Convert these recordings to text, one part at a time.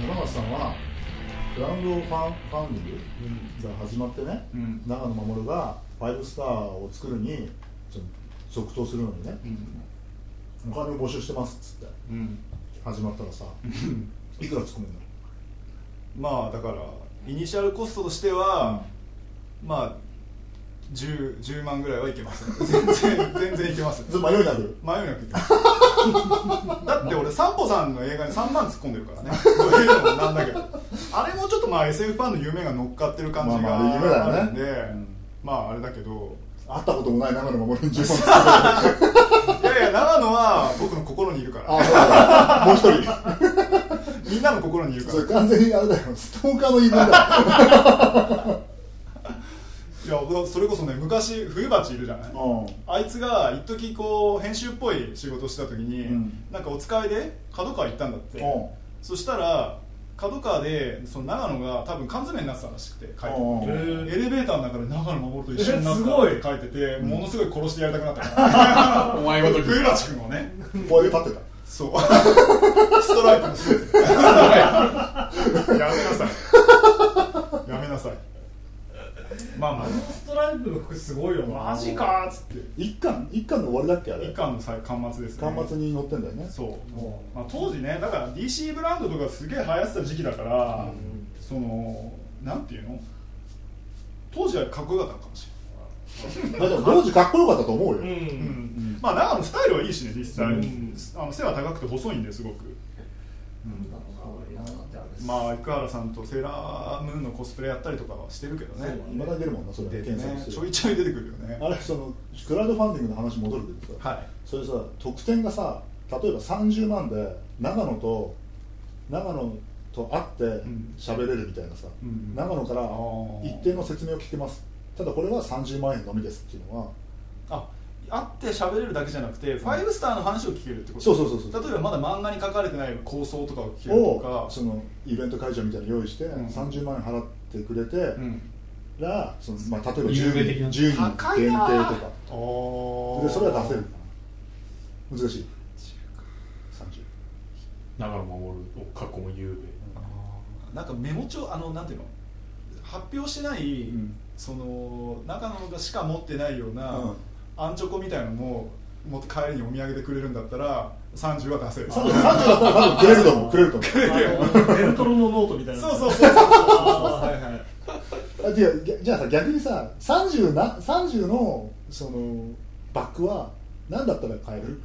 中松さんはクラウドファンディングが始まってね、長野守が5スターを作るに続投するのにね、お金を募集してますっつって、始まったらさ、いくら突っ込めるの？ まあだからイニシャルコストとしては、まあ10万ぐらいはいけますね。全然いけますね。 迷いなくいけますだって俺サンポさんの映画に3万突っ込んでるからね。そういうのもなんだけど、あれもちょっとまあ SF ファンの夢が乗っかってる感じがあるんで、まああれだけど、 会ったこともない長野守に10万突っ込んでる。 いや長野は僕の心にいるから、 ね、あ、もう一人みんなの心にいるから。 それ完全にあれだよ、ストーカーの言い分だよ。 いやそれこそね、昔冬鉢いるじゃない、あいつが一時こう編集っぽい仕事した時に、なんかお使いで角川行ったんだって。そしたら角川でその長野が多分缶詰になってたらしくて書いてて、エレベーターの中で長野守と一緒になったって書いてて、ものすごい殺してやりたくなったからお前ごと冬鉢君をね、 ここで立ってた。 そうストライプのスーツやめなさいやめなさい。まあまあストライプの服すごいよな。 マジかーっつって。 一巻の終わりだっけあれ。 一巻の巻末ですね。 巻末に載ってんだよね。 そう。まあ、当時ね、だから DC ブランドとかすげえ流行ってた時期だから、そのなんていうの、当時はかっこよかったのかもしれない。 でも当時かっこよかったと思うよ。 まあ長野スタイルはいいしね、実際。背は高くて細いんですごく。まあ生原さんとセーラームーンのコスプレやったりとかはしてるけどね。 まだ出るもんな、それ検索する。 ちょいちょい出てくるよね。 あれ、そのクラウドファンディングの話戻るけどさ、それさ、特典がさ、例えば30万で長野と会って喋れるみたいなさ、長野から一定の説明を聞けます。ただこれは30万円のみですっていうのは、 会って喋れるだけじゃなくて、5スターの話を聞けるってこと。 そう例えばまだ漫画に書かれてない構想とかを聞けるとか、 そのイベント会場みたいなの用意して、30万円払ってくれて、らその例えば10人限定とかで、それは出せるかな。難しい。30。 長野守を過去も有名。 なんかメモ帳、なんていうの、発表してない、その長野がしか持ってないような、アンチョコみたいなのも持って帰りにお土産でくれるんだったら30は出せる。 30だったら多分くれると思う。 ベルトロのノートみたいな。 そう。 じゃあさ、逆にさ、30のそのバッグは何だったら買える？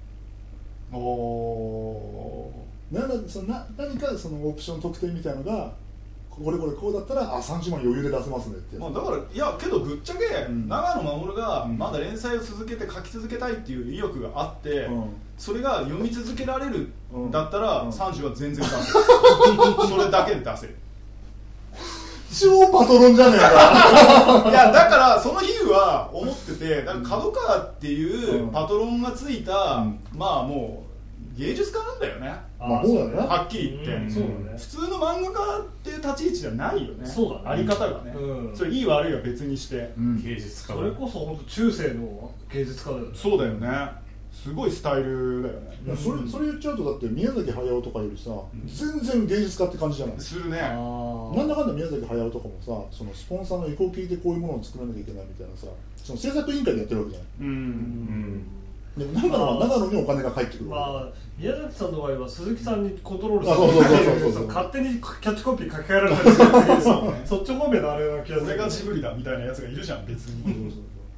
何かそのオプション特典みたいなのが、こうだったら30万余裕で出せますねってやつ。 だからいやけどぶっちゃけ、長野守がまだ連載を続けて書き続けたいっていう意欲があって、それが読み続けられるんだったら、30は全然出せる。それだけで出せる。 超パトロンじゃねえか。 いやだからその比喩は思ってて、だから角川っていうパトロンがついた、まあもう芸術家なんだよね。 そうだね。 はっきり言って、普通の漫画家っていう立ち位置じゃないよね。あり方がね。それいい悪いは別にして、 芸術家。 それこそ本当中世の芸術家だよね。 そうだよね。すごいスタイルだよね。 それ言っちゃうと、だって宮崎駿とかよりさ、全然芸術家って感じじゃない。 するね。 なんだかんだ宮崎駿とかもさ、そのスポンサーの意向を聞いてこういうものを作らなきゃいけないみたいなさ、その制作委員会でやってるわけじゃない。でも長野にお金が返ってくるわけ。宮崎さんの場合は鈴木さんにコントロールして、勝手にキャッチコピー書き換えられたりするんだけど、そっち方面のあれな気がする。 俺がジブリだみたいなやつがいるじゃん別に。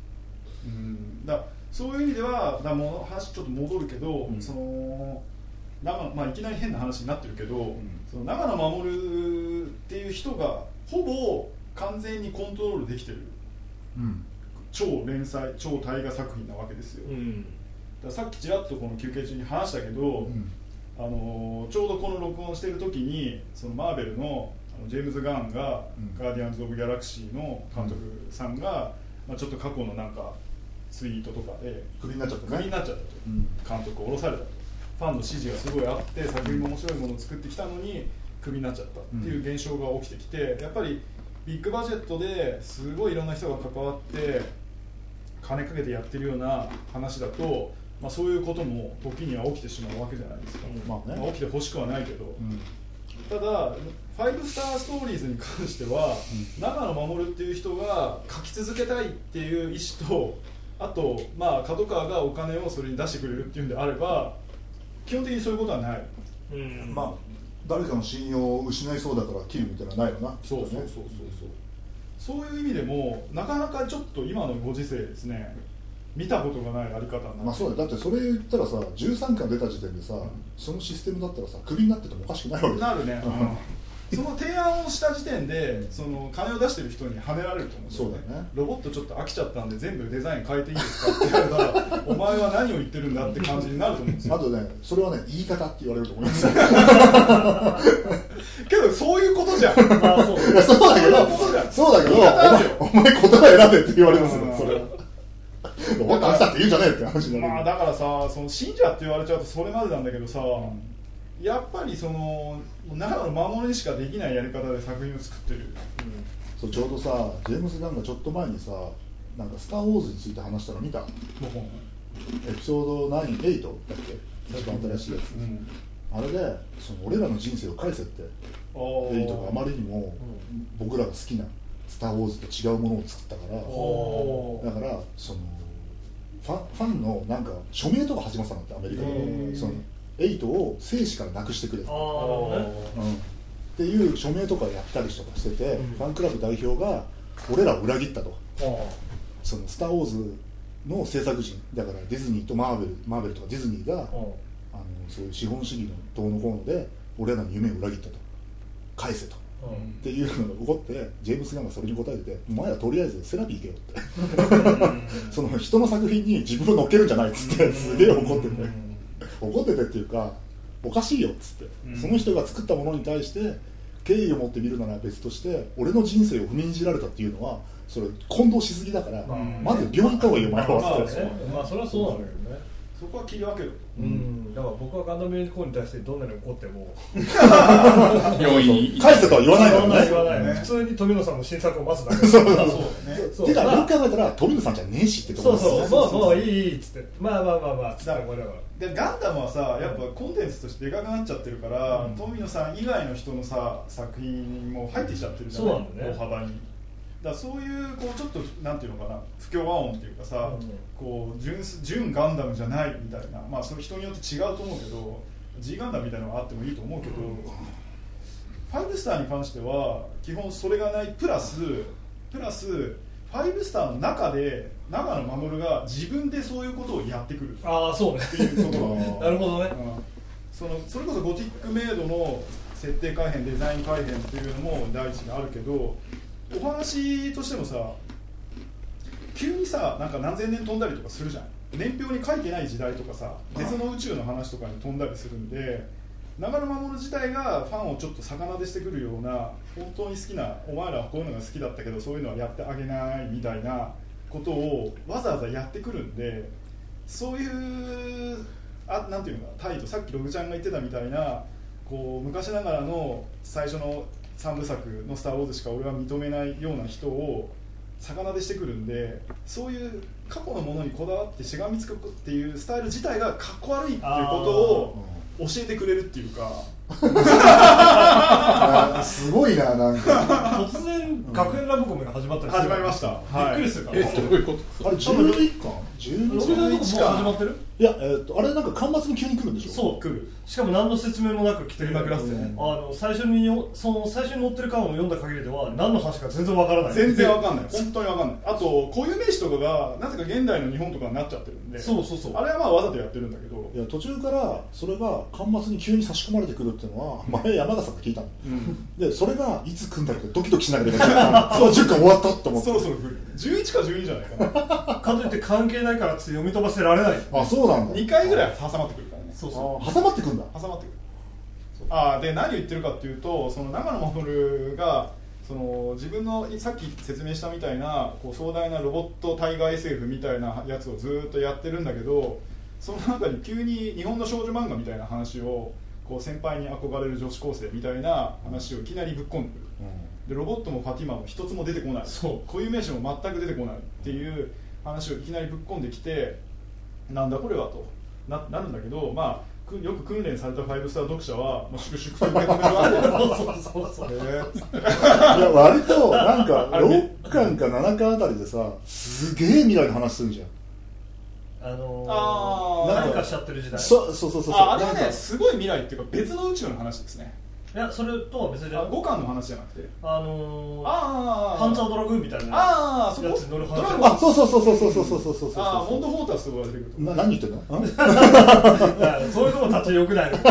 そういう意味ではもう話ちょっと戻るけど、そのいきなり変な話になってるけど、その長野守っていう人がほぼ完全にコントロールできてる、超連載超大河作品なわけですよ。ださっきちらっとこの休憩中に話したけど、ちょうどこの録音してる時にそのマーベルのジェームズ・ガンが、ガーディアンズ・オブ・ギャラクシーの監督さんが、ちょっと過去のなんかツイートとかでクビになっちゃったと、 監督を降ろされたと、ファンの支持がすごいあって作品も面白いものを作ってきたのにクビになっちゃったっていう現象が起きてきて、やっぱりビッグバジェットですごいいろんな人が関わって金かけてやってるような話だと、そういうことも時には起きてしまうわけじゃないですか。起きてほしくはないけど、 ただ5スターストーリーズに関しては、長野守っていう人が書き続けたいっていう意思と、あとまあ角川がお金をそれに出してくれるっていうんであれば基本的にそういうことはない、 まあ誰かの信用を失いそうだから切るみたいなのはないよな。 そういう意味でもなかなかちょっと今のご時世ですね、見たことがないあり方になって。 まあそうだってそれ言ったらさ、13巻出た時点でさ、そのシステムだったらさクビになっててもおかしくないわけなるね、その提案をした時点でその金を出してる人に跳ねられると思うんですよね。 そうだね。 ロボットちょっと飽きちゃったんで全部デザイン変えていいですかって言われたらお前は何を言ってるんだって感じになると思うんですよ。 あとね、それはね言い方って言われると思いますけどそういうことじゃん。 まあそうだけどお前言葉選べって言われますよ、それは。ロボット飽きたって言うんじゃねえって話になる。 まあだからさ、その信者って言われちゃうとそれまでなんだけどさ、やっぱりその長野守りにしかできないやり方で作品を作ってる、 そうちょうどさジェームス・ガンがちょっと前にさなんかスター・ウォーズについて話したの見た？エピソード9、8だっけ、一番新しいやつ、あれでその俺らの人生を返せって8があまりにも僕らが好きなスター・ウォーズと違うものを作ったから、だからそのファンのなんか署名とか始まったのってアメリカで、その8を生死からなくしてくれっていう署名とかやったりとかしてて、ファンクラブ代表が俺らを裏切ったと、そのスター・ウォーズの制作陣だからディズニーとマーベルとかディズニーがそういう資本主義のどうのこうので俺らの夢を裏切ったと、返せと、っていうのが起こって、ジェームス・ガンがそれに答えてて、お前らとりあえずセラピー行けよってその人の作品に自分を乗っけるんじゃないっつってすげえ怒っててっていうかおかしいよっつって、その人が作ったものに対して敬意を持って見るなら別として、俺の人生を踏みにじられたっていうのはそれ混同しすぎだから、まず病院行った方がいいよお前はって。 まあそれはそうなんだけどね、 そこは切り分ける。 だから僕はガンダムユニコーンに対してどんなに怒っても返せとは言わないからね。 言わない、普通に富野さんの新作を待つだけ。 そうだね。てかよく考えたら富野さんじゃねえしってところ。 もういいっつって、まあつってでガンダムはさやっぱコンテンツとしてでかくなっちゃってるから、富野さん以外の人のさ作品にも入ってきちゃってるじゃない、大幅に。だからそういうこうちょっとなんていうのかな、不協和音っていうかさ、こう純ガンダムじゃないみたいな、まあその人によって違うと思うけど G ガンダムみたいなのがあってもいいと思うけど、5スターに関しては基本それがないプラス5スターの中で長野守が自分でそういうことをやってくるっていうところなるほどね、 それこそゴティックメイドの設定改変デザイン改変っていうのも第一にあるけど、お話としてもさ急にさなんか何千年飛んだりとかするじゃん。年表に書いてない時代とかさ別の宇宙の話とかに飛んだりするんで、長野守自体がファンをちょっと逆なでしてくるような、本当に好きなお前らはこういうのが好きだったけどそういうのはやってあげないみたいなことをわざわざやってくるんで、そういうなんていうのか態度、さっきログちゃんが言ってたみたいなこう昔ながらの最初の3部作のスター・ウォーズしか俺は認めないような人を逆なでしてくるんで、そういう過去のものにこだわってしがみつくっていうスタイル自体がかっこ悪いっていうことを教えてくれるっていうかすごいな、なんか突然学園ラブコメが始まったりする。 始まりました、 びっくりするから、 どういうこと？ あれ11巻 11巻始まってる？ いや、あれなんか巻末に急に来るんでしょ。 そう来る。しかも何の説明もなく来てる。最初に載ってる巻を読んだ限りでは何の話か全然わからない。 全然わかんない、本当にわかんない。あと固有名詞とかがなぜか現代の日本とかになっちゃってるんで、そうあれはまあわざとやってるんだけど、 いや途中からそれが巻末に急に差し込まれてくるっていうのは前山田さんが聞いたの、でそれがいつ来るんだろうってドキドキしながらそう10巻終わったって思って、 そろそろ来る。11か12じゃないかなかといって関係ないからって読み飛ばせられない。 あ、そうなんだ。 2回ぐらい挟まってくるからね。 挟まってくるんだ。 挟まってくる。で何を言ってるかっていうと、その長野守がその自分のさっき説明したみたいなこう壮大なロボット対外 SF みたいなやつをずっとやってるんだけど、その中に急に日本の少女漫画みたいな話をこう先輩に憧れる女子高生みたいな話をいきなりぶっ込んでくる、でロボットもファティマも一つも出てこない、固有名詞も全く出てこないっていう話をいきなりぶっ込んできて、なんだこれはと なるんだけど、まあよく訓練された5スター読者はもう粛々と受け止めるわけですそういや割となんか6巻か7巻あたりでさすげえ未来の話するじゃん。 何かしちゃってる時代。 そうあれはねすごい未来っていうか別の宇宙の話ですね。 いやそれとは別に 5巻の話じゃなくてパンツァードラグーンみたいなやつに乗る話。 そうモンドフォータスとか出てくると何言ってんのそういうとこ立ちよくないの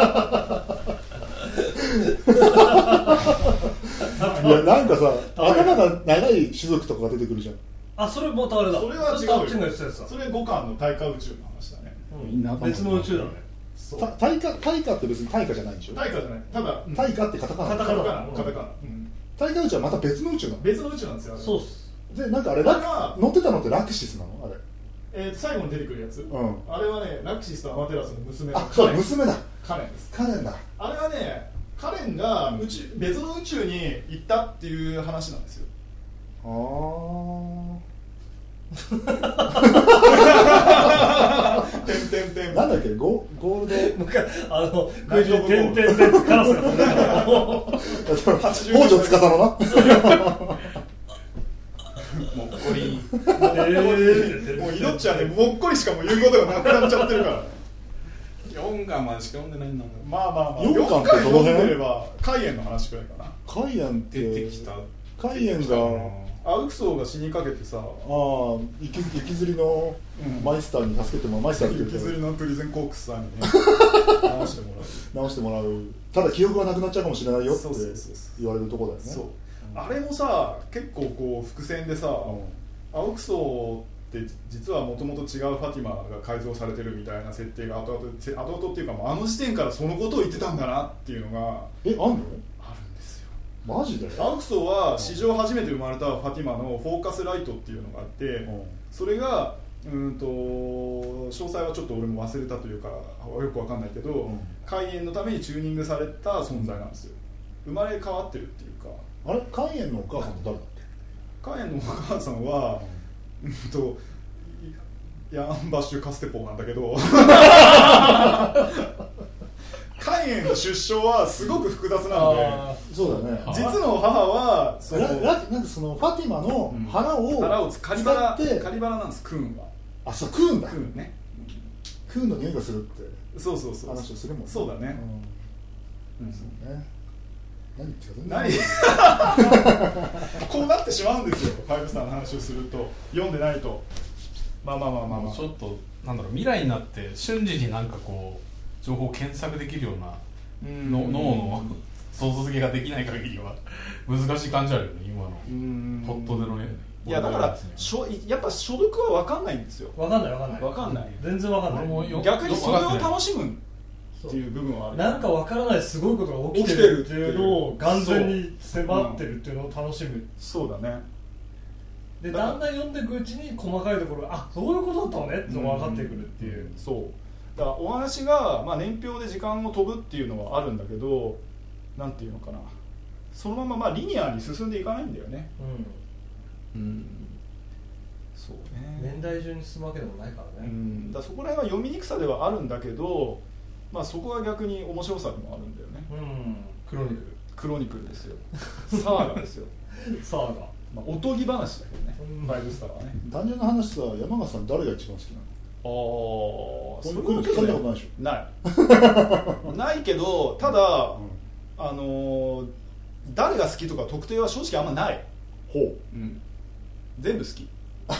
いやなんかさ頭が長い種族とかが出てくるじゃん。 あそれまたあれだ。 それは違うよ。 それ5巻の対価宇宙の話だね。 別の宇宙だね。 対価って別に対価じゃないんでしょ。 対価じゃない。ただ対価ってカタカナ。 対価宇宙はまた別の宇宙なの。 別の宇宙なんですよ。 そうっす。でなんかあれ乗ってたのってラクシスなのあれ。 最後に出てくるやつ。あれはねラクシスとアマテラスの娘。 あそう娘だ。 カレンです。 カレンだ。 あれはねカレンが別の宇宙に行ったっていう話なんですよ。 なんだっけゴールド空中に点々でカラスが飛んでた北条司のなもっこりもう命はねもっこりしかもう言うことがなくなっちゃってるから4巻までしか読んでないんだもん。まあ 4巻ってどの辺？ 読んでればカイエンの話くらいかな。 カイエンって出てきた。 カイエンがウクソーが死にかけてさ雪吊りのマイスターに助けてもマイスターって雪吊りのプリゼンコークスさんにね直してもらうただ記憶がなくなっちゃうかもしれないよって言われるところだよね。 そうあれもさ結構こう伏線でさウクソーって実はもともと違うファティマが改造されてるみたいな設定が後々っていうかもうあの時点からそのことを言ってたんだなっていうのがあんの？マジで？ アウクソは史上初めて生まれたファティマのフォーカスライトっていうのがあってそれが詳細はちょっと俺も忘れたというかよくわかんないけどカイエンのためにチューニングされた存在なんですよ。生まれ変わってるっていうか。 あれカイエンのお母さんって誰だっけ？カイエンのお母さんはヤンバッシュカステポーなんだけどカイエンの出生はすごく複雑なんでそうだね。 実の母はなんかそのファティマの腹をカリバラなんです。クーンはそうクーンだ。 クーンね。 クーンの匂いがするってそう話をするもんね。 そうだね。 そうね。 何こうなってしまうんですよ。ファイブスターの話をすると読んでないとまあちょっとなんだろう未来になって瞬時になんかこう情報を検索できるような脳の想像付けができない限りは難しい感じあるよね今のポットでのね。 いやだからやっぱ所読は分かんないんですよ。 分かんない全然分かんない。 逆にそれを楽しむっていう部分はある。 なんか分からないすごいことが起きてるっていうのを完全に迫ってるっていうのを楽しむ。 そうだね。 でだんだん読んでいくうちに細かいところがそういうことだったのねって分かってくるっていう。 そうだからお話が、年表で時間を飛ぶっていうのはあるんだけどなんていうのかなそのままリニアに進んでいかないんだよね。そうね。 年代順に進むわけでもないからね。 だからそこら辺は読みにくさではあるんだけど、そこは逆に面白さでもあるんだよね。クロニクルですよ。サーガですよ。 サーガ。 おとぎ話だけどね。ファイブスターはね。 単純な話さ山川さん誰が一番好きなの？ それは聞かれたことないでしょ。ないけどただ、誰が好きとか特定は正直あんまない。全部好き。好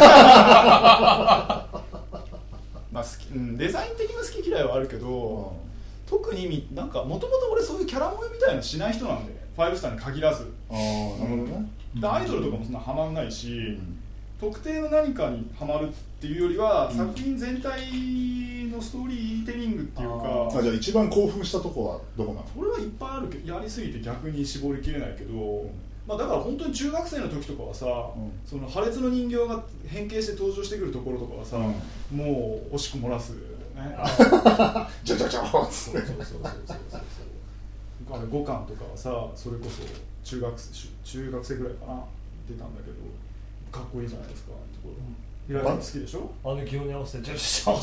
き、デザイン的な好き嫌いはあるけど、特になんかもともと俺そういうキャラ萌えみたいなのしない人なんでファイブスターに限らず。 なるほどね。 アイドルとかもそんなハマんないし、特定の何かにハマるっていうよりは、作品全体のストーリーテリングっていうか。 じゃあ一番興奮したとこはどこなの？ それはいっぱいあるけどやりすぎて逆に絞りきれないけど、だから本当に中学生の時とかはさ、その破裂の人形が変形して登場してくるところとかはさ、もう惜しく漏らすね。 ジャジャジャーそう5巻とかはさそれこそ中学生ぐらいかな出たんだけどかっこいいじゃないですか。 平井好きでしょ。 気温に合わせて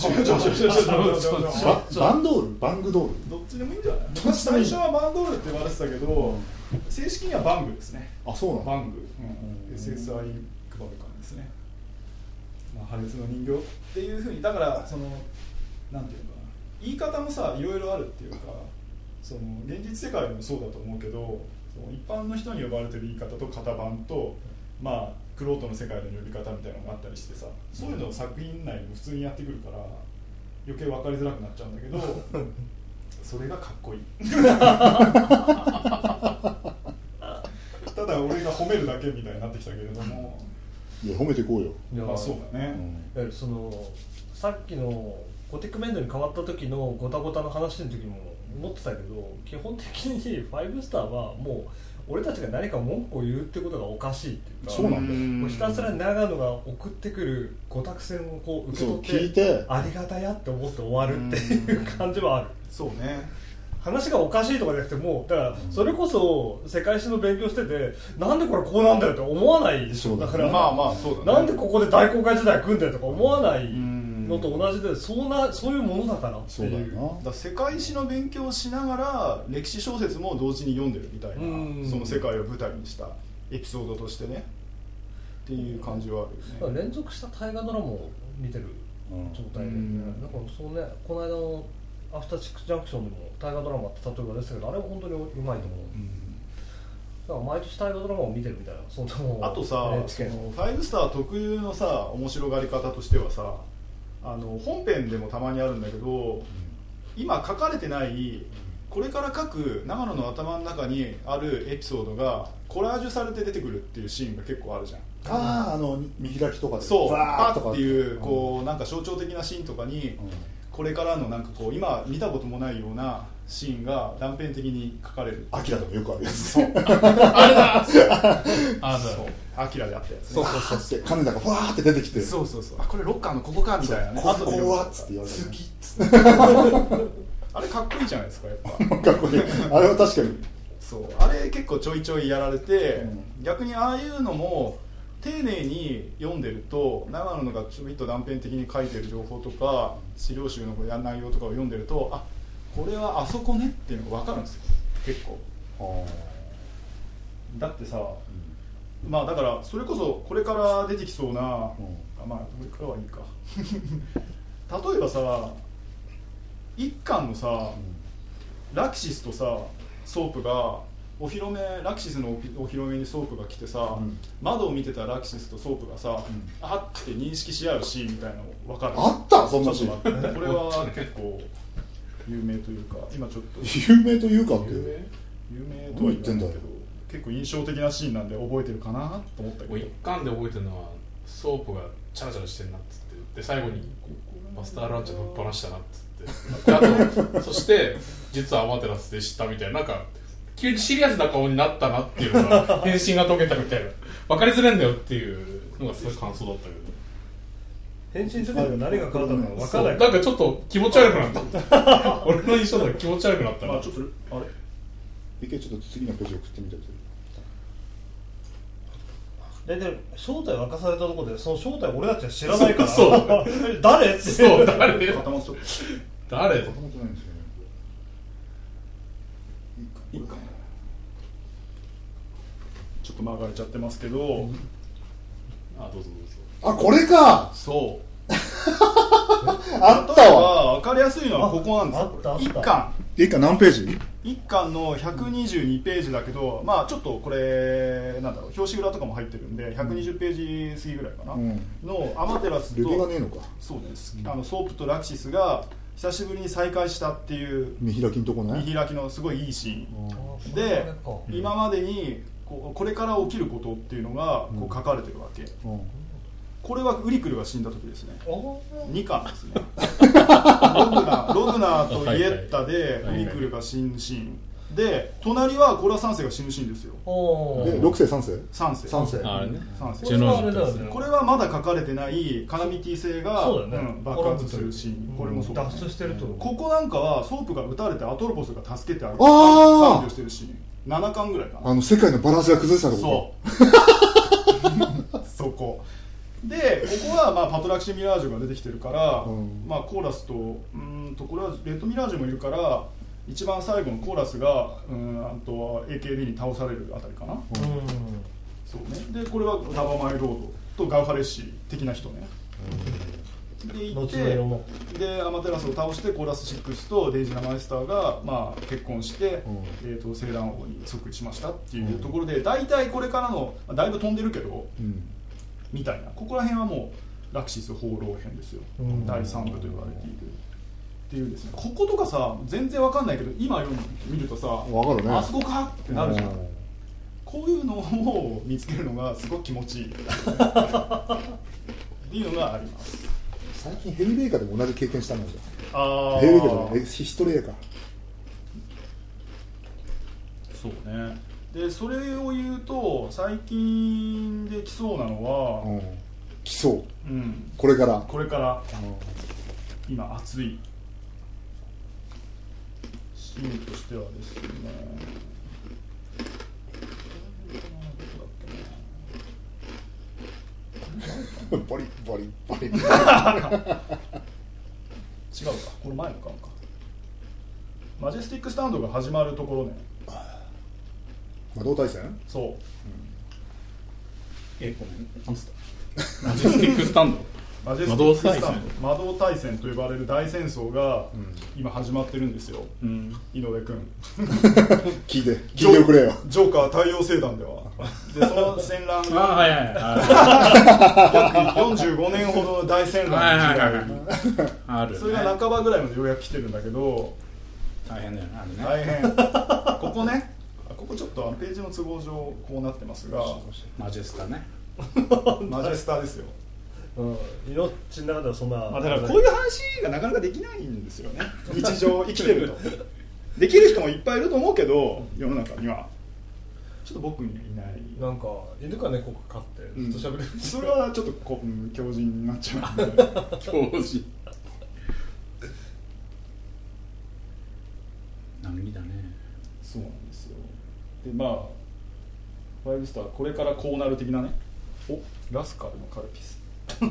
バンドールバングドールどっちでもいいんじゃない。最初はバンドールって言われてたけど、正式にはバングですね。 あ、そうなの。 バング、SSI クバルカンですね。破裂の人形っていうふうに、だからそのなんていうのかな、言い方もさいろいろあるっていうか、その現実世界でもそうだと思うけど、その一般の人に呼ばれてる言い方と型番と、まあクロートの世界での呼び方みたいなのがあったりしてさ、そういうのを作品内でも普通にやってくるから余計分かりづらくなっちゃうんだけどそれがかっこいいただ俺が褒めるだけみたいになってきたけれども、 いや褒めていこうよ。 まあそうだね、 そのさっきのゴティックメンドに変わった時のゴタゴタの話の時も思ってたけど、基本的に5スターはもう俺たちが何か文句を言うってことがおかしいっていうか、 そうなんだよ。 もうひたすら長野が送ってくるごたく線をこう受け取って聞いてありがたやって思って終わるっていう感じはある。 そうね、 話がおかしいとかじゃなくて、もうだからそれこそ世界史の勉強してて、なんでこれこうなんだよって思わないでしょ。だからまあまあそうだね、 なんでここで大航海時代組んでるとか思わないのと同じで、そういうものだからっていう。 そうだよな。 だから世界史の勉強をしながら歴史小説も同時に読んでるみたいな、その世界を舞台にしたエピソードとしてねっていう感じはあるよね。 連続した大河ドラマを見てる状態で、だからそうね、この間のアフターシックスジャンクションでも大河ドラマって例えばですけど、あれは本当にうまいと思う、だから毎年大河ドラマを見てるみたいな。そのあとさ、その5スター特有のさ面白がり方としてはさ、本編でもたまにあるんだけど、今書かれてないこれから書く長野の頭の中にあるエピソードがコラージュされて出てくるっていうシーンが結構あるじゃん。 見開きとかでそうパーっていうこうなんか象徴的なシーンとかに、これからのなんかこう今見たこともないようなシーンが断片的に書かれる。 アキラとかよくあるやつ。 そうあれだそうアキラであったやつね。 そう金田がフワーって出てきて、 そうあこれロッカーのここかみたいなね。 ここはっつって言われる。 好きっつってあれかっこいいじゃないですかやっぱかっこいい。あれは確かにそうあれ結構ちょいちょいやられて、逆にああいうのも丁寧に読んでると、長野がちょびっと断片的に書いてる情報とか資料集の内容とかを読んでると、あこれはあそこねっていうのが分かるんですよ結構。だってさ、まあだからそれこそこれから出てきそうな、まあこれからはいいか例えばさ一巻のさ、ラキシスとさソープがお披露目、ラキシスのお披露目にソープが来てさ、窓を見てたラキシスとソープがさ、あって認識し合うシーンみたいなの分かる？ あったそんなシーン。 これは結構有名というか、今ちょっと有名というかって有名とは言ってんだけど、結構印象的なシーンなんで覚えてるかなと思ったけど、 一巻で覚えてるのはソープがチャラチャラしてんなっつって、で最後にマスターランチャーぶっ放したなっつって、であとそして実はアマテラスで知ったみたいな、なんか急にシリアスな顔になったなっていうのが変身が解けたみたいな、分かりづらいんだよっていうのがすごい感想だったけど、 変身した時何が変わったのか分からない。 なんかちょっと気持ち悪くなった俺の印象だと気持ち悪くなったな。 ちょっとあれ一回ちょっと次のページ送ってみたりする。 で正体を明かされたところで、その正体を俺たちは知らないから、 そう誰ってそう誰固まっちゃった誰固まってないんですよね。いいかちょっと曲がれちゃってますけど、 あどうぞどうぞ。 あこれか。 そうあったわ。 分かりやすいのはここなんですよ。 一巻何ページ ？1巻の122ページだけど、まあちょっとこれなんだろう、表紙裏とかも入ってるんで120ページ過ぎぐらいかな、のアマテラスとレビがねえのか。 そうです、ソープとラキシスが久しぶりに再会したっていう見開きのとこね。 見開きのすごいいいシーンで、今までにこれから起きることっていうのがこう書かれてるわけ。これはウリクルが死んだ時ですね。2巻ですねログナーとイエッタでウリクルが死ぬシーンで、隣はコラ3世が死ぬシーンですよ。 で6世3世 3世あれね、 これはまだ書かれてないカラミティ星が、爆発するシーン、これもそうだね。 脱出してるとここなんかはソープが撃たれてアトロポスが助けてあげるあ感じをしてるシーン、7巻ぐらいかな。 世界のバランスが崩したとこそうそこでここはまあパトラキシミラージュが出てきてるから、まあ、コーラスとこれはレッドミラージュもいるから一番最後のコーラスがあとは AKB に倒されるあたりかな、そうね、でこれはダバマイロードとガウハレッシー的な人ね、で行ってでアマテラスを倒してコーラス6とデイジーナマイスターが、まあ、結婚して、聖断王に即位しましたっていうところで、大体これからのだいぶ飛んでるけど、みたいなここら辺はもうラクシス放浪編ですよ、第3部と呼ばれているっていうですね。こことかさ全然わかんないけど今見るとさわかるね、 あそこかってなるじゃん。こういうのを見つけるのがすごく気持ちいいっていうのがあります。 最近ヘリベイカーでも同じ経験したんだじゃん。ヘリベイカーじゃないヒストレーカー。 そうね。でそれを言うと最近で来そうなのは、 来そう、これから今熱いシーンとしてはですね、 ボリボリボリ違うか、この前のかマジェスティックスタンドが始まるところね。 魔導大戦？ そう、 ごめん、なんつったマジェスティックスタンドマジェスティックスタンド魔導大戦と呼ばれる大戦争が今始まってるんですよ、井上君聞いておくれよ。 ジョーカー太陽星団ではでその戦乱が約45年ほどの大戦乱の時代ある、ね、 それが半ばぐらいまでようやく来てるんだけど大変だよね、あれね。 大変ここね、ここちょっとページの都合上こうなってますがマジェスタねマジェスタですよ。 命の中ではそんな、 だからこういう話がなかなかできないんですよね日常生きてるとできる人もいっぱいいると思うけど世の中にはちょっと僕にはいない。 なんか犬か猫か飼ってずっと喋れる、 それはちょっと強靭になっちゃうんで強靭難儀だね。 そうなんですよ。でまあ5スターこれからこうなる的なね。ラスカルのカルピス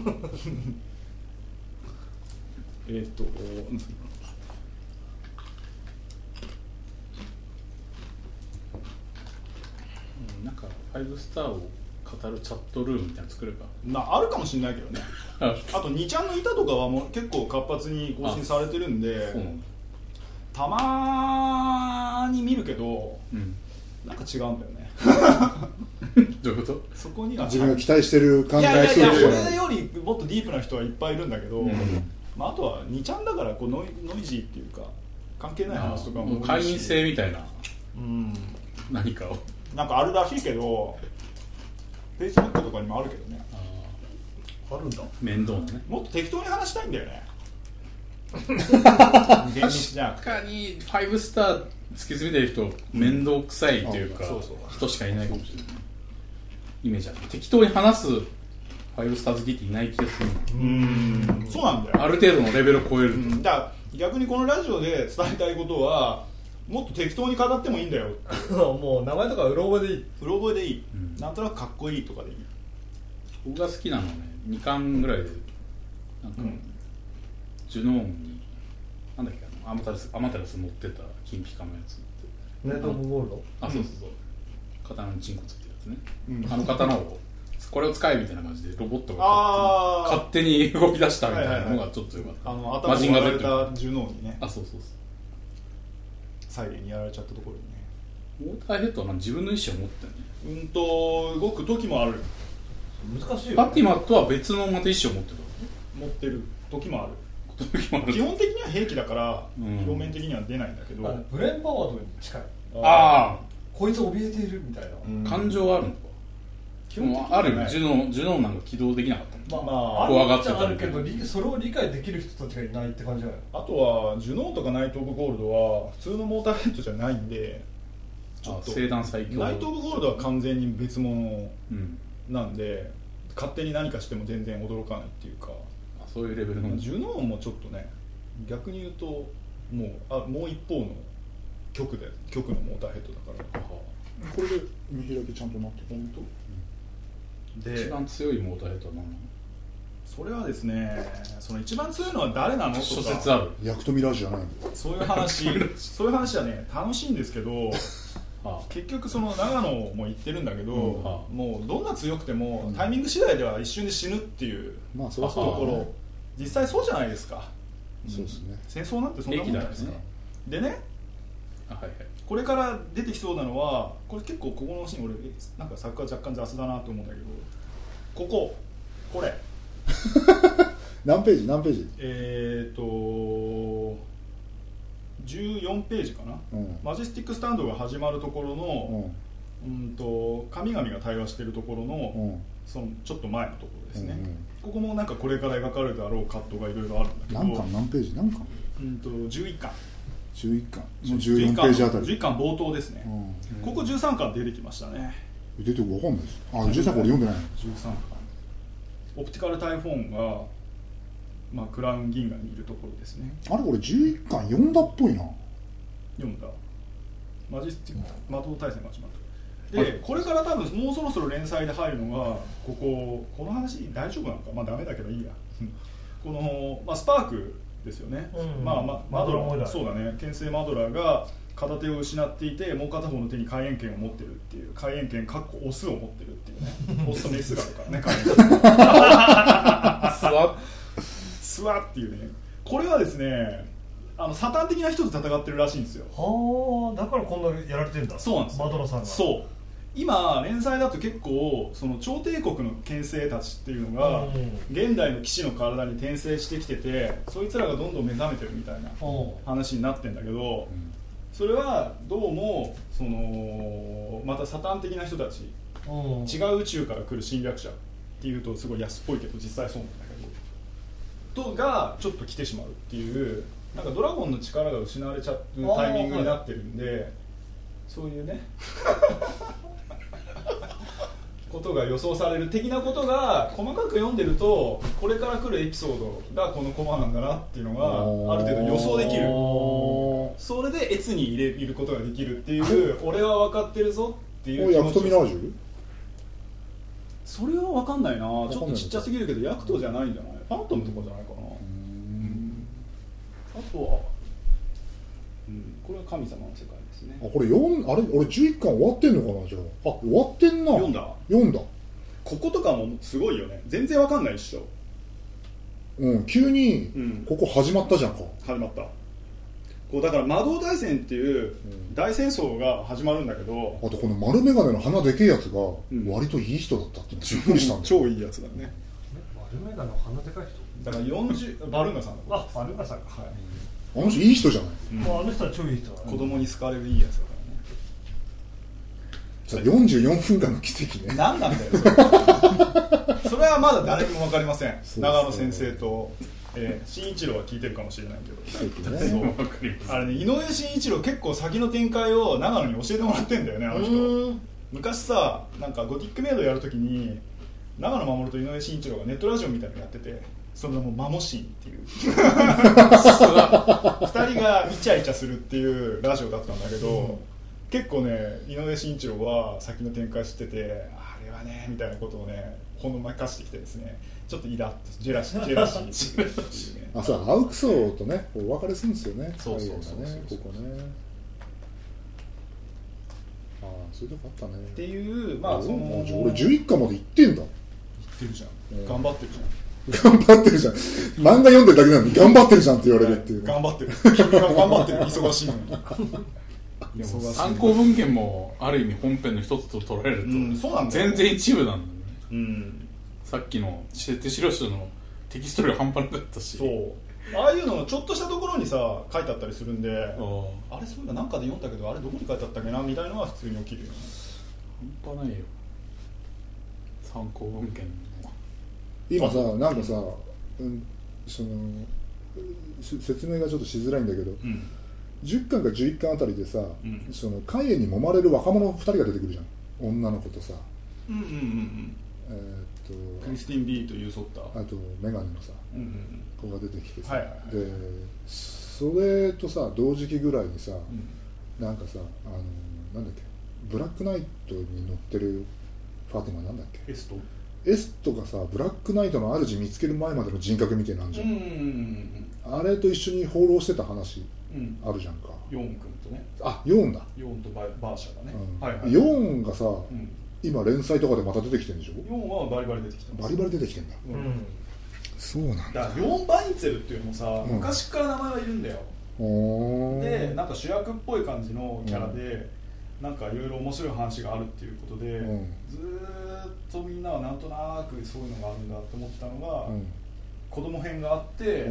なんか5スターを語るチャットルームみたいなの作ればあるかもしれないけどねあと2ちゃんの板とかはもう結構活発に更新されてるんで、たまに見るけど、なんか違うんだよねどういうこと？ そこには自分が期待してる考えいや俺よりもっとディープな人はいっぱいいるんだけど、まあ、あとは2ちゃんだからノイジーっていうか関係ない話とかも会員制みたいな、何かをなんかあるらしいけど Facebook とかにもあるけどね。あるんだ。 面倒なね。 もっと適当に話したいんだよね確かに5スター突き詰めてる人面倒くさいというか、人しかいないかもしれないイメージある。適当に話す5スター好きっていない気がする。 そうなんだよ。 ある程度のレベルを超えると、 だから逆にこのラジオで伝えたいことはもっと適当に語ってもいいんだよもう名前とかうろ覚えでいい。 うろ覚えでいい、なんとなくかっこいいとかでいい。 僕が好きなのはね2巻ぐらいでなんか、ジュノーンになんだっけアマテラス持ってた金ピカのやつネットオブゴールド。 そうそう刀にチンコついてるやつね、あの刀をこれを使えみたいな感じでロボットが勝手に動き出したみたいなのがちょっとよかった。 頭を割られたジュノーンにね。 そうサイレンにやられちゃったところにね。 モーターヘッドは自分の意思を持ってるね。 動く時もある。 難しいよ、ね。 ファティマとは別のまた意思を持ってる。 持ってる時もある。基本的には兵器だから、表面的には出ないんだけど、 ブレーンパワーとかに近い。こいつ怯えているみたいな、 感情はあるのか。 基本的にあるよ。ジュノンなんか起動できなかったもん。 怖がってたけどそれを理解できる人たちがいないって感じじゃない。 あとはジュノンとかナイト・オブ・ゴールドは普通のモーターヘッドじゃないんで、 ちょっと聖断最強。 ナイト・オブ・ゴールドは完全に別物なんで、勝手に何かしても全然驚かないっていうか、 そういうレベルの。 ジュノンもちょっとね、逆に言うともう一方の極のモーターヘッドだから。 これで見開きちゃんとなってる。 で一番強いモーターヘッドは何なの？ それはですね、その一番強いのは誰なのとか諸説ある。 ヤクトミラージュじゃないの。 そういう話そういう話はね楽しいんですけど結局その長野も言ってるんだけど、もうどんな強くてもタイミング次第では一瞬で死ぬっていう、 まあそりゃそうだね、 ところ実際そうじゃないですか。 そうですね。 戦争なんてそんなもんじゃないですか。でね、 はいはい、 これから出てきそうなのは、これ結構ここのシーン俺なんか作家若干雑だなと思うんだけど、これ何ページ何ページ 14ページかな、マジェスティックスタンドが始まるところの、神々が対話しているところの、そのちょっと前のところですね、ここもなんかこれから描かれるだろうカットがいろいろあるんだけど、 何巻何ページ何巻 11巻 11巻もう14ページあたり、 11巻冒頭ですね、ここ13巻出てきましたね。 出て分かんないです。13巻俺読んでないの。 13巻オプティカルタイフォンが、クラウン銀河にいるところですね。 あれ俺11巻読んだっぽいな。 読んだ。マジスティック魔導大戦が始まる。でこれから多分もうそろそろ連載で入るのがこの話大丈夫なのか、ダメだけどいいやこの、スパークですよね、マドラー、そうだね、牽制マドラーが片手を失っていて、もう片方の手に開眼権を持ってるっていう、開眼権オスを持ってるっていうねオスとメスがあるからね、開眼権スワっていうね、これはですねサタン的な人と戦ってるらしいんですよ。 はあ、だからこんなやられてるんだ。 そうなんですよ、 マドラーさんが。 そう今連載だと結構その超帝国の剣聖たちっていうのが現代の騎士の体に転生してきてて、そいつらがどんどん目覚めてるみたいな話になってるんだけど、それはどうもそのまたサタン的な人たち、違う宇宙から来る侵略者っていうとすごい安っぽいけど実際そうなんだけどとがちょっと来てしまうっていう、なんかドラゴンの力が失われちゃうタイミングになってるんで、そういうねことが予想される的なことが細かく読んでると、これから来るエピソードがこのコマなんだなっていうのがある程度予想できる。それで越に入れることができるっていう俺は分かってるぞっていう気持ち。 ヤクトミラージュ？ それは分かんないな、ちょっとちっちゃすぎるけどヤクトじゃないんじゃない？ファントムとかじゃないかな。あとは、これは神様の世界ですね。 これあれ俺11巻終わってんのかな。じゃあ終わってんな。読んだ。 こことかもすごいよね。全然わかんないっしょ。 急にここ始まったじゃんか。 始まった。こうだから魔導大戦っていう大戦争が始まるんだけど、 あとこの丸眼鏡の鼻でけえやつが割といい人だったってびっくりしたんだ。 超いいやつだね。 丸眼鏡の鼻でかい人。 だからバルンガさんだ。 バルンガさんか。はい。 あの人いい人じゃない。 あの人は超いい人だね。 子供に好かれるいいやつだからね。 じゃあ44分間の奇跡ね。 何なんだよそれはまだ誰にも分かりません。長野先生と慎一郎は聞いてるかもしれないけど、あれね、井上慎一郎結構先の展開を長野に教えてもらってんだよね、あの人。昔さ、なんかゴティックメイドやるときに長野守と井上慎一郎がネットラジオみたいなのやってて、それがもうマモシンっていう2人がイチャイチャするっていうラジオだったんだけど、結構ね井上慎一郎は先の展開知ってて、あれはねみたいなことをねほのまかしてきてですね、ちょっとイラッとジェラシーっていうねあ、そう、アウクソーとねお別れするんですよね。 そうね、 ここね。ああ、そういうとこあったねっていう、まあその俺11巻まで行ってんだ。 行ってるじゃん、頑張ってるじゃん。 頑張ってるじゃん。漫画読んでるだけなのに頑張ってるじゃんって言われるっていう、 頑張ってる。君が頑張ってる。忙しいのに。 でも参考文献もある意味本編の一つと捉えると、 そうなんだよね、 全然一部なんだよね。さっきの手代書のテキスト量半端なかったし、 そうああいうののちょっとしたところにさ書いてあったりするんで、あれそういうのなんかで読んだけどあれどこに書いてあったっけなみたいなのは普通に起きるよね。 半端ないよ参考文献の。 今さ、なんかさ、その説明がちょっとしづらいんだけど、10巻か11巻あたりでさ、その肝炎に揉まれる若者2人が出てくるじゃん。女の子とさ、 クリスティン・ビーとユーソッター、 あとメガネのさ、子が出てきてさ、 はいはいはい、 でそれとさ同時期ぐらいにさ、なんかさなんだっけ、ブラックナイトに乗ってるファティマなんだっけ、 エスト S とかさブラックナイトの主見つける前までの人格みたいなのあるじゃん、あれと一緒に放浪してた話あるじゃんか、 ヨーン君とね、 ヨーンだ、 ヨーンとバーシャがね、 はいはい、ヨーンがさ、今連載とかでまた出てきてるんでしょ。 ヨーンはバリバリ出てきてます。 バリバリ出てきてんだ、そうなんだ。 だからヨーン・バインツェルっていうのもさ、昔から名前はいるんだよ。でなんか主役っぽい感じのキャラで、なんかいろいろ面白い話があるっていうことで、ずーっとみんなはなんとなくそういうのがあるんだと思ったのが、子供編があって、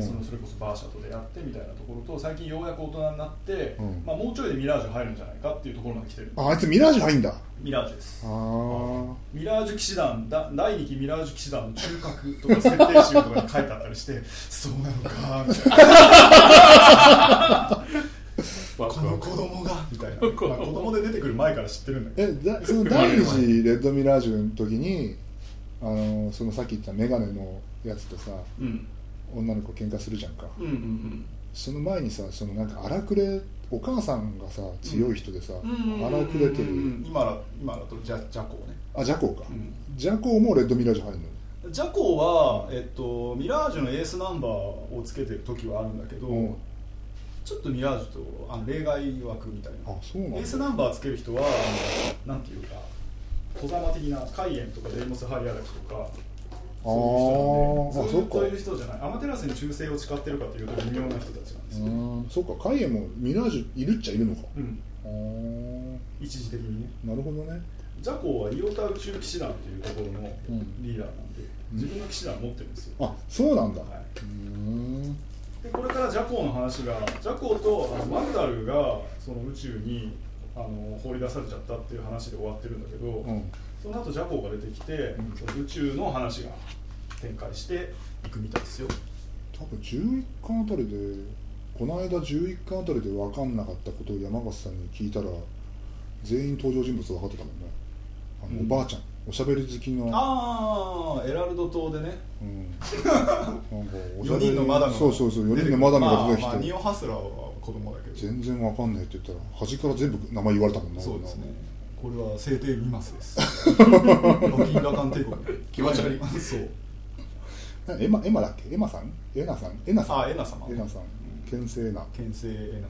それこそバーシャと出会ってみたいなところと、最近ようやく大人になって、もうちょいでミラージュ入るんじゃないかっていうところまで来てる。 あいつミラージュ入んだ。 ミラージュです。ミラージュ騎士団第2期ミラージュ騎士団の中核とか設定集とかに書いてあったりしてそうなのかみたいなこの子供がみたいな、子供で出てくる前から知ってるんだけど、 その第2次レッドミラージュの時にそのさっき言ったメガネのやつとさ、女の子喧嘩するじゃんか、その前にさ、そのなんか荒くれお母さんがさ強い人でさ、荒くれてる、 今だとジャコーね。 ジャコーか、ジャコーもレッドミラージュ入るの。 ジャコーは、ミラージュのエースナンバーをつけてる時はあるんだけど、ちょっとミラージュと例外枠みたいな。 そうなんだ。 エースナンバーつける人はなんていうか小玉的なカイエンとかデイモス・ハリアダキとかそういう人なんで、ずっといる人じゃない。アマテラスに忠誠を誓ってるかというと微妙な人たちなんですよ。 そうか、カイエンもミラージュいるっちゃいるのか。 一時的にね。 なるほどね。 ジャコーはイオタ宇宙騎士団というところのリーダーなんで、自分の騎士団を持ってるんですよ。 そうなんだ。 でこれからジャコーの話が、ジャコーとマグダルがその宇宙に放り出されちゃったっていう話で終わってるんだけど、その後ジャコーが出てきて、その宇宙の話が展開していくみたいですよ。 多分11巻あたりで、この間11巻あたりで分かんなかったことを山形さんに聞いたら全員登場人物分かってたもんね。おばあちゃん、おしゃべり好きのエラルド島でね、 なんか 4人のマダムが 4人のマダムが出てきて、 ニオ・ハスラーは子供だけど全然わかんないって言ったら端から全部名前言われたもんな。 そうですね、これは聖帝ミマスですロキンラカン帝国気持ち悪いそうエマだっけ、エナさんエナ様牽制エナさんね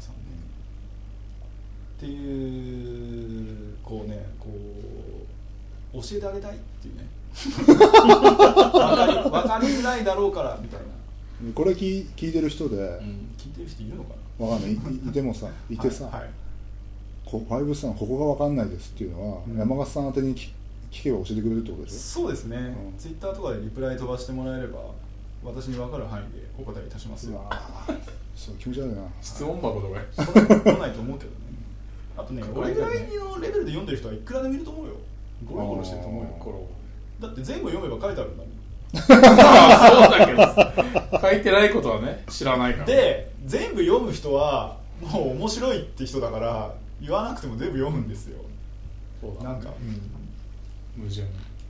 っていうこう教えてあげたいっていうね分かりづらいだろうからみたいな。 これ聞いてる人で、 聞いてる人いるのかな、 わかんない。いてもさ、いてさ、ファイブさんここが分かんないですっていうのは、山形さん宛てに聞けば教えてくれるってことでしょ。 そうですね、ツイッターとかでリプライ飛ばしてもらえれば私に分かる範囲でお答えいたしますよ。 そう、気持ち悪いな。 質問箱とか来ないと思うけどね。あとね、俺ぐらいのレベルで読んでる人はいくらでもいると思うよ。ゴロゴロしてると思うよ。だって全部読めば書いてあるんだもん。 そうだけど書いてないことはね知らないから。 で全部読む人はもう面白いって人だから言わなくても全部読むんですよ。 そうだ、 なんか、 矛盾。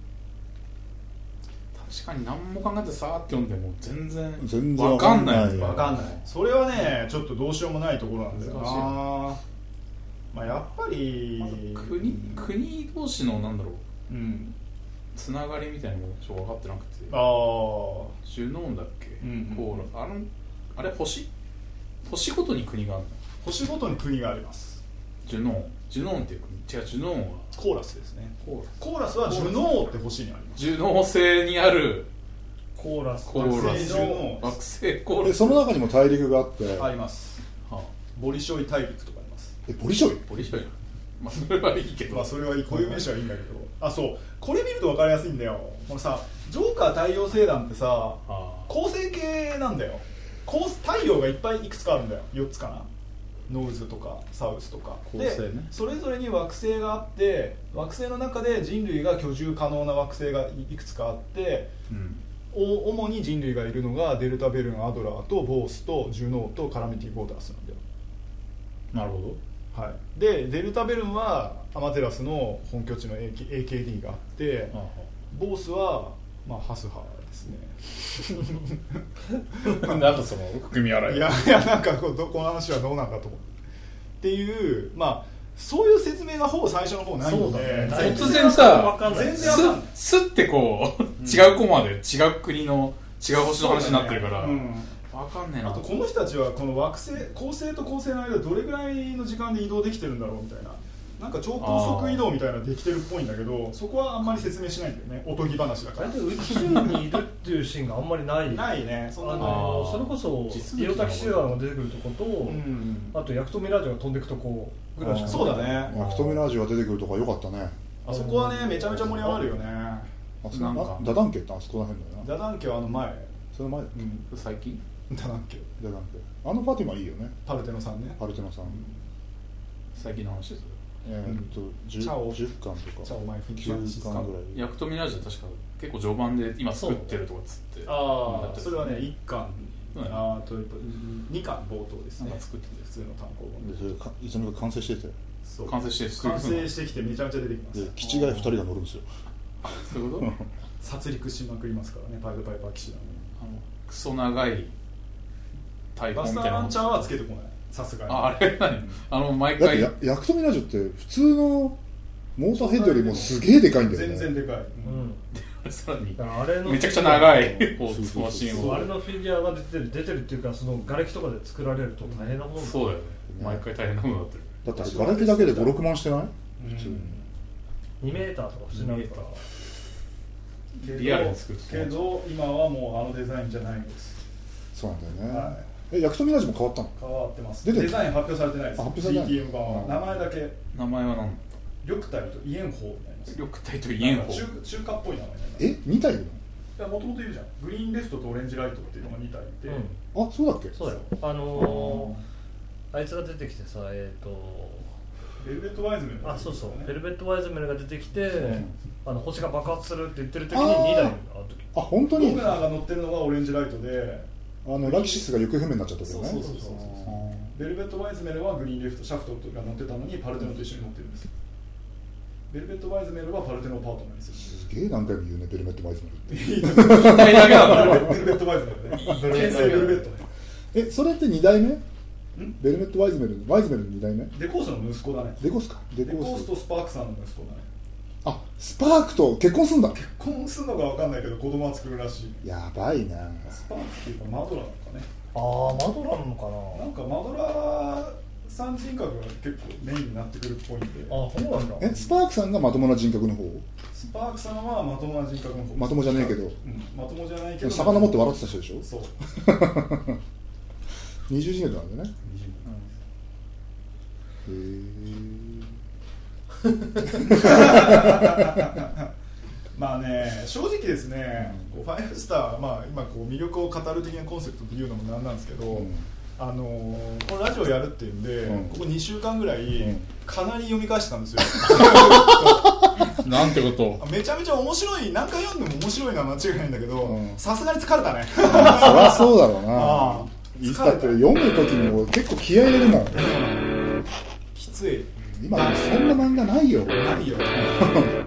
確かに何も考えてさーって読んでも全然分かんない。 分かんない。それはねちょっとどうしようもないところなんだよな。まあやっぱり、 国同士のなんだろう、つながりみたいなのもちょっと分かってなくて。ジュノーンだっけ、コーラ、あれ星ごとに国があるの。 星ごとに国があります。 ジュノーンっていう国、違う、ジュノーンはコーラスですね。コーラスはジュノーって星にあります。 ジュノー星にあるコーラス惑星コーラス。 その中にも大陸があってあります、ボリショイ大陸とかあります。 ボリショイまあそれはいいけど、 まあそれはいい、こういう名詞はいいんだけど、そうこれ見ると分かりやすいんだよ。このさジョーカー太陽星団ってさ恒星系なんだよ。太陽がいっぱいいくつかあるんだよ。4つかな、ノウズとかサウスとかで、それぞれに惑星があって、惑星の中で人類が居住可能な惑星がいくつかあって、主に人類がいるのがデルタベルン、アドラーとボースとジュノーとカラミティ・ボーダースなんだよ。 なるほど。 でデルタベルンはアマテラスの本拠地の AKD があって、ボースは、ハスハですね。 なんだその含み洗い。 いやなんかこの話はどうなんだと思うっていう、 そういう説明がほぼ最初の方ないので、 突然さ全然スッてこう違うコマで違う国の違う星の話になってるから、分かんねえな。 あとこの人たちはこの惑星恒星と恒星の間どれぐらいの時間で移動できてるんだろうみたいな、なんか超高速移動みたいなのできてるっぽいんだけど、そこはあんまり説明しないんだよね、おとぎ話だから。 宇宙にいるっていうシーンがあんまりないないね。 それこそ色滝シュアが出てくるとこと、あとヤクトミラージュが飛んでいくとこぐらいしか。 そうだね、 ヤクトミラージュが出てくるとこは良かったね。 あそこはねめちゃめちゃ盛り上がるよね。 ダダンケってあそこら辺だよな。 ダダンケは前、 その前、 最近ダダンケあのファティマいいよね。 パルテノさんね。 パルテノさん、 最近の話です。 10巻とか9巻ぐらい。 ヤクトミラージュは確か結構序盤で今作ってるとかっつって、 それはね1巻と2巻冒頭ですね。作ってて普通の単行本でそれいつの間にか完成してて、 完成してきてめちゃめちゃ出てきます。 で基地外2人が乗るんですよ。 そういうこと？ 殺戮しまくりますからね、パイドパイパー騎士団ね。 クソ長い大砲みたいな。バスターランチャーはつけてこない、さすがに。あれ何？毎回だってヤクトミラージュって普通のモーターヘッドよりもすげえでかいんだよね。 全然でかい。 さらにあれのめちゃくちゃ長いマシンを。 あれのフィギュアが出てるっていうか、その瓦礫とかで作られると大変なものだ。 そうだよね。毎回大変なものになってる。 だって瓦礫だけで5、6万してない？普通 2メーターとか普通になるから。 リアルに作るけど今はもうあのデザインじゃないんです。 そうなんだよね。ヤクトミラージュも変わったの？ 変わってます。デザイン発表されてないです。 発表されてない。 CTM 版は名前だけ。 名前は何？ 緑体とイエンホーみたいな。 緑体とイエンホー。 中華っぽい名前。 2体いるの？もともといるじゃん。グリーンレフトとオレンジライトっていうのが2体いて。 あ、そうだっけ？ そうだよ。あいつが出てきてさ、 ベルベットワイズメル。 そうそう。ベルベットワイズメルが出てきて、星が爆発するって言ってる時に2台いる。 あ、本当に？ ボグナーが乗ってるのがオレンジライトで、 ラキシスが行方不明になっちゃったけどね。 そう。ベルベットワイズメルはグリーンレフト、シャフトが乗ってたのにパルテノと一緒に乗ってるんですよ。ベルベットワイズメルはパルテノをパートナーにする。 すげえ何回も言うね、ベルベットワイズメルって。 1体だけなんだ。 ベルベットワイズメルね。牽制ベルベットね。 それって2代目？ベルベットワイズメルの2代目？ デコースの息子だね。 デコースか。 デコースとスパークさんの息子だね。 あ、スパークと結婚すんだ。 結婚するのか分かんないけど子供は作るらしい。 やばいな。 スパークっていうかマドラーなのかね。 マドラーなのかな。 なんかマドラーさん人格が結構メインになってくるっぽいんで。 そうなんだ。 スパークさんがまともな人格の方？ スパークさんはまともな人格の方。 まともじゃねえけど。 まともじゃないけど。 魚持って笑ってた人でしょ。 そう。 20次元なんだね。 まあね、正直ですね、ファイブスター、今こう魅力を語る的なコンセプトで言うのもなんなんですけど、このラジオやるっていうんで、ここ2週間ぐらいかなり読み返してたんですよ。 なんてこと。 めちゃめちゃ面白い、何回読んでも面白いのは間違いないんだけど、さすがに疲れたね。 そりゃそうだろうな。だって読む時にも結構気合い入れるもん。 きつい。 今そんな漫画ないよ。 ないよね。